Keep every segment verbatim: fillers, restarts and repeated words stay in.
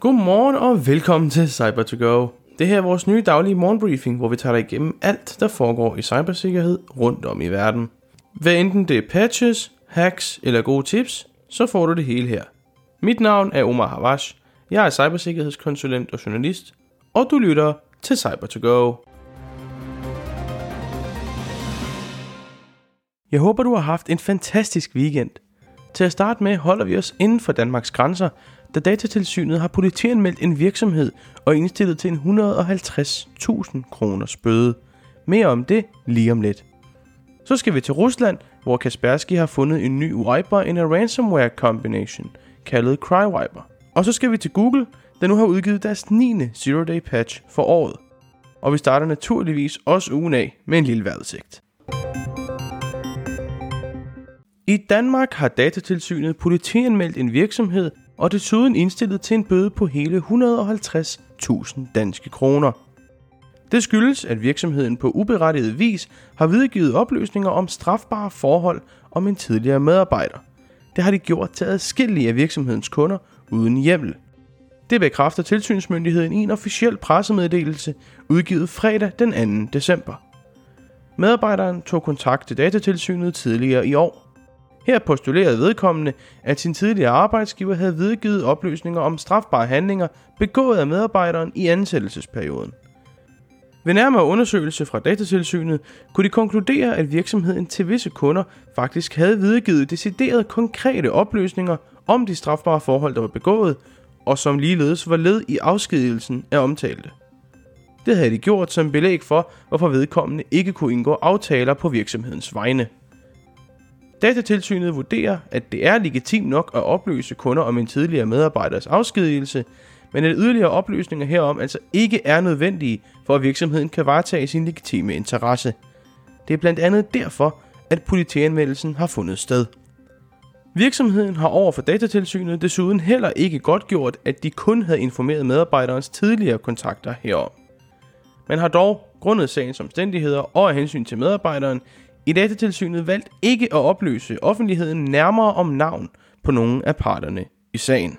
Godmorgen og velkommen til Cyber to Go. Det her er vores nye daglige morgenbriefing, hvor vi tager dig igennem alt, der foregår i cybersikkerhed rundt om i verden. Hvad enten det er patches, hacks eller gode tips, så får du det hele her. Mit navn er Omar Havash. Jeg er cybersikkerhedskonsulent og journalist, og du lytter til Cyber to Go. Jeg håber, du har haft en fantastisk weekend. Til at starte med holder vi os inden for Danmarks grænser, da Datatilsynet har politianmeldt en virksomhed og indstillet til en et hundrede og halvtreds tusind kroners bøde. Mere om det lige om lidt. Så skal vi til Rusland, hvor Kaspersky har fundet en ny wiper in a ransomware combination, kaldet Crywiper. Og så skal vi til Google, der nu har udgivet deres niende Zero Day Patch for året. Og vi starter naturligvis også ugen af med en lille vejrudsigt. I Danmark har Datatilsynet politianmeldt en virksomhed og desuden indstillet til en bøde på hele et hundrede og halvtreds tusind danske kroner. Det skyldes, at virksomheden på uberettiget vis har videregivet oplysninger om strafbare forhold om en tidligere medarbejder. Det har de gjort til adskillige af virksomhedens kunder uden hjemmel. Det bekræfter tilsynsmyndigheden i en officiel pressemeddelelse udgivet fredag den anden december. Medarbejderen tog kontakt til Datatilsynet tidligere i år. Her postulerede vedkommende, at sin tidligere arbejdsgiver havde videregivet oplysninger om strafbare handlinger begået af medarbejderen i ansættelsesperioden. Ved nærmere undersøgelse fra Datatilsynet kunne de konkludere, at virksomheden til visse kunder faktisk havde videregivet deciderede konkrete oplysninger om de strafbare forhold, der var begået, og som ligeledes var led i afskedigelsen af omtalte. Det havde de gjort som belæg for, hvorfor vedkommende ikke kunne indgå aftaler på virksomhedens vegne. Datatilsynet vurderer, at det er legitimt nok at oplyse kunder om en tidligere medarbejders afskedigelse, men at yderligere oplysninger herom altså ikke er nødvendige for, at virksomheden kan varetage sin legitime interesse. Det er blandt andet derfor, at politianmeldelsen har fundet sted. Virksomheden har over for Datatilsynet desuden heller ikke godtgjort, at de kun havde informeret medarbejderens tidligere kontakter herom. Man har dog, grundet sagens omstændigheder og af hensyn til medarbejderen, i Datatilsynet valgt ikke at oplyse offentligheden nærmere om navn på nogen af parterne i sagen.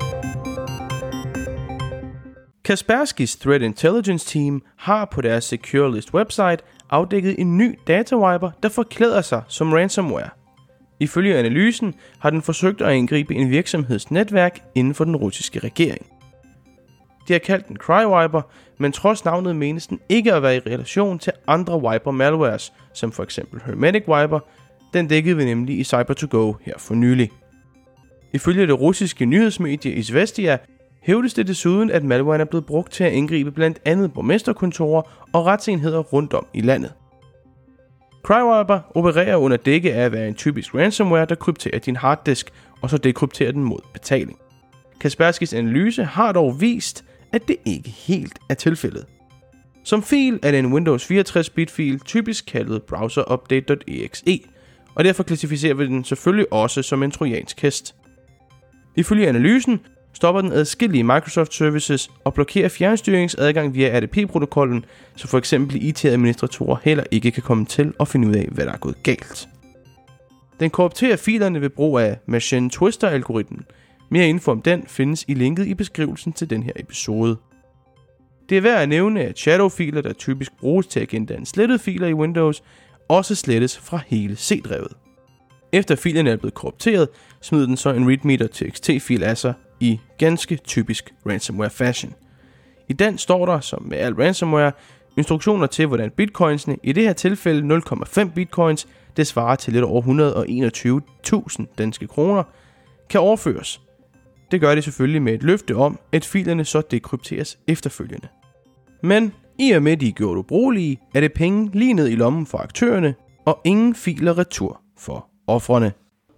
Kasperskys Threat Intelligence Team har på deres SecureList website afdækket en ny datawiper, der forklæder sig som ransomware. Ifølge analysen har den forsøgt at angribe en virksomheds netværk inden for den russiske regering. De har kaldt den Crywiper, men trods navnet menes den ikke at være i relation til andre wiper malwares, som for eksempel Hermetic Wiper. Den dækkede vi nemlig i Cyber to Go her for nylig. Ifølge det russiske nyhedsmedie Izvestia hævdes det desuden, at malwaren er blevet brugt til at angribe blandt andet borgmesterkontorer og retsenheder rundt om i landet. Crywiper opererer under dække af at være en typisk ransomware, der krypterer din harddisk og så dekrypterer den mod betaling. Kasperskys analyse har dog vist, at det ikke helt er tilfældet. Som fil er det en Windows fireogtres bit fil, typisk kaldet browserupdate.exe, og derfor klassificerer vi den selvfølgelig også som en trojansk hest. Ifølge analysen stopper den adskillige Microsoft Services og blokerer fjernstyringsadgang via R D P-protokollen, så for eksempel I T-administratorer heller ikke kan komme til at finde ud af, hvad der er gået galt. Den korrupterer filerne ved brug af Machine Twister-algoritmen. Mere info om den findes i linket i beskrivelsen til den her episode. Det er værd at nævne, at shadowfiler, der typisk bruges til at gendanne slettede filer i Windows, også slettes fra hele C-drevet. Efter filerne er blevet korrupteret, smider den så en readme.txt-fil af sig i ganske typisk ransomware fashion. I den står der, som med al ransomware, instruktioner til, hvordan bitcoinsene, i det her tilfælde nul komma fem bitcoins, det svarer til lidt over et hundrede og enogtyve tusind danske kroner, kan overføres. Det gør det selvfølgelig med et løfte om, at filerne så dekrypteres efterfølgende. Men i og med at de er gjort ubrugelige, er det penge lige ned i lommen for aktørerne, og ingen filer retur for ofrene.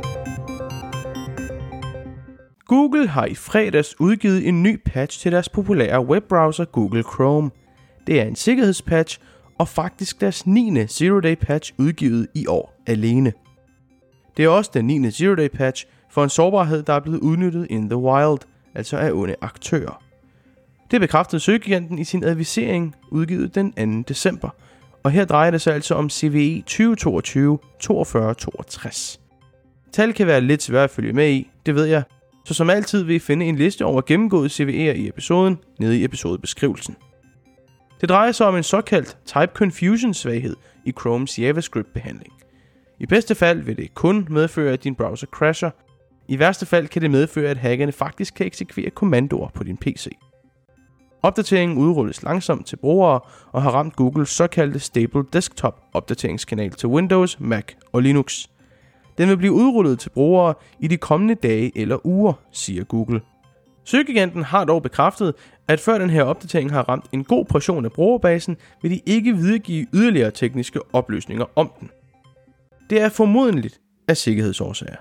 Google har i fredags udgivet en ny patch til deres populære webbrowser Google Chrome. Det er en sikkerhedspatch, og faktisk deres niende Zero Day Patch udgivet i år alene. Det er også den niende Zero Day Patch for en sårbarhed, der er blevet udnyttet in the wild, altså af onde aktører. Det bekræftede søgegiganten i sin advisering, udgivet den anden december, og her drejer det sig altså om C V E tyve toogtyve toogfyrre toogtres. Tal kan være lidt svært at følge med i, det ved jeg, Så som altid vil I finde en liste over gennemgåede C V E'er i episoden nede i episodebeskrivelsen. Det drejer sig om en såkaldt type confusion svaghed i Chromes JavaScript-behandling. I bedste fald vil det kun medføre, at din browser crasher. I værste fald kan det medføre, at hackerne faktisk kan eksekvere kommandoer på din P C. Opdateringen udrulles langsomt til brugere og har ramt Googles såkaldte Stable Desktop opdateringskanal til Windows, Mac og Linux. Den vil blive udrullet til brugere i de kommende dage eller uger, siger Google. Søgegiganten har dog bekræftet, at før den her opdatering har ramt en god portion af brugerbasen, vil de ikke videregive yderligere tekniske oplysninger om den. Det er formodentligt af sikkerhedsårsager.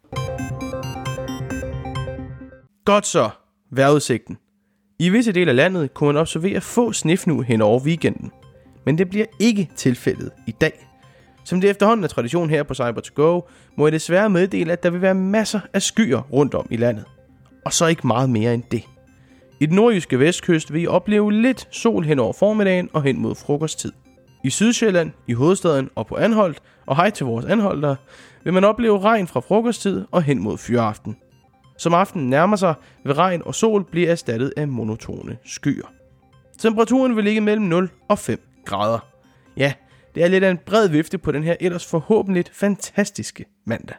Godt så, vejrudsigten. I visse dele af landet kunne man observere få snefnug hen over weekenden, men det bliver ikke tilfældet i dag. Som det efterhånden er tradition her på Cyber to Go, må jeg desværre meddele, at der vil være masser af skyer rundt om i landet. Og så ikke meget mere end det. I den nordjyske vestkyst vil I opleve lidt sol hen over formiddagen og hen mod frokosttid. I Sydsjælland, i hovedstaden og på Anholt, og hej til vores anholtere, vil man opleve regn fra frokosttid og hen mod fyraften. Som aftenen nærmer sig, vil regn og sol blive erstattet af monotone skyer. Temperaturen vil ligge mellem nul og fem grader. Ja, det er lidt af en bred vifte på den her ellers forhåbentlig fantastiske mandag.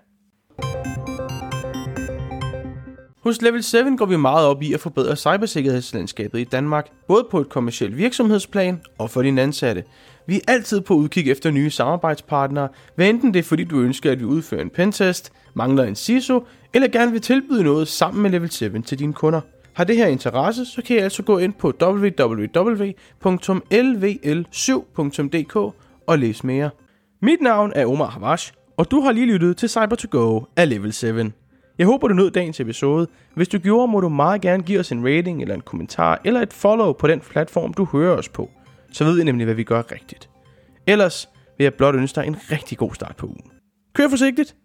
Hos Level syv går vi meget op i at forbedre cybersikkerhedslandskabet i Danmark, både på et kommercielt virksomhedsplan og for dine ansatte. Vi er altid på udkig efter nye samarbejdspartnere, hvad enten det er fordi du ønsker at vi udfører en pentest, mangler en C I S O, eller gerne vil tilbyde noget sammen med Level syv til dine kunder. Har det her interesse, så kan I altså gå ind på w w w punktum l v l syv punktum d k og læse mere. Mit navn er Omar Havash, og du har lige lyttet til Cyber to Go af Level syv. Jeg håber, du nød dagens episode. Hvis du gjorde, må du meget gerne give os en rating eller en kommentar eller et follow på den platform, du hører os på. Så ved I nemlig, hvad vi gør rigtigt. Ellers vil jeg blot ønske dig en rigtig god start på ugen. Kør forsigtigt,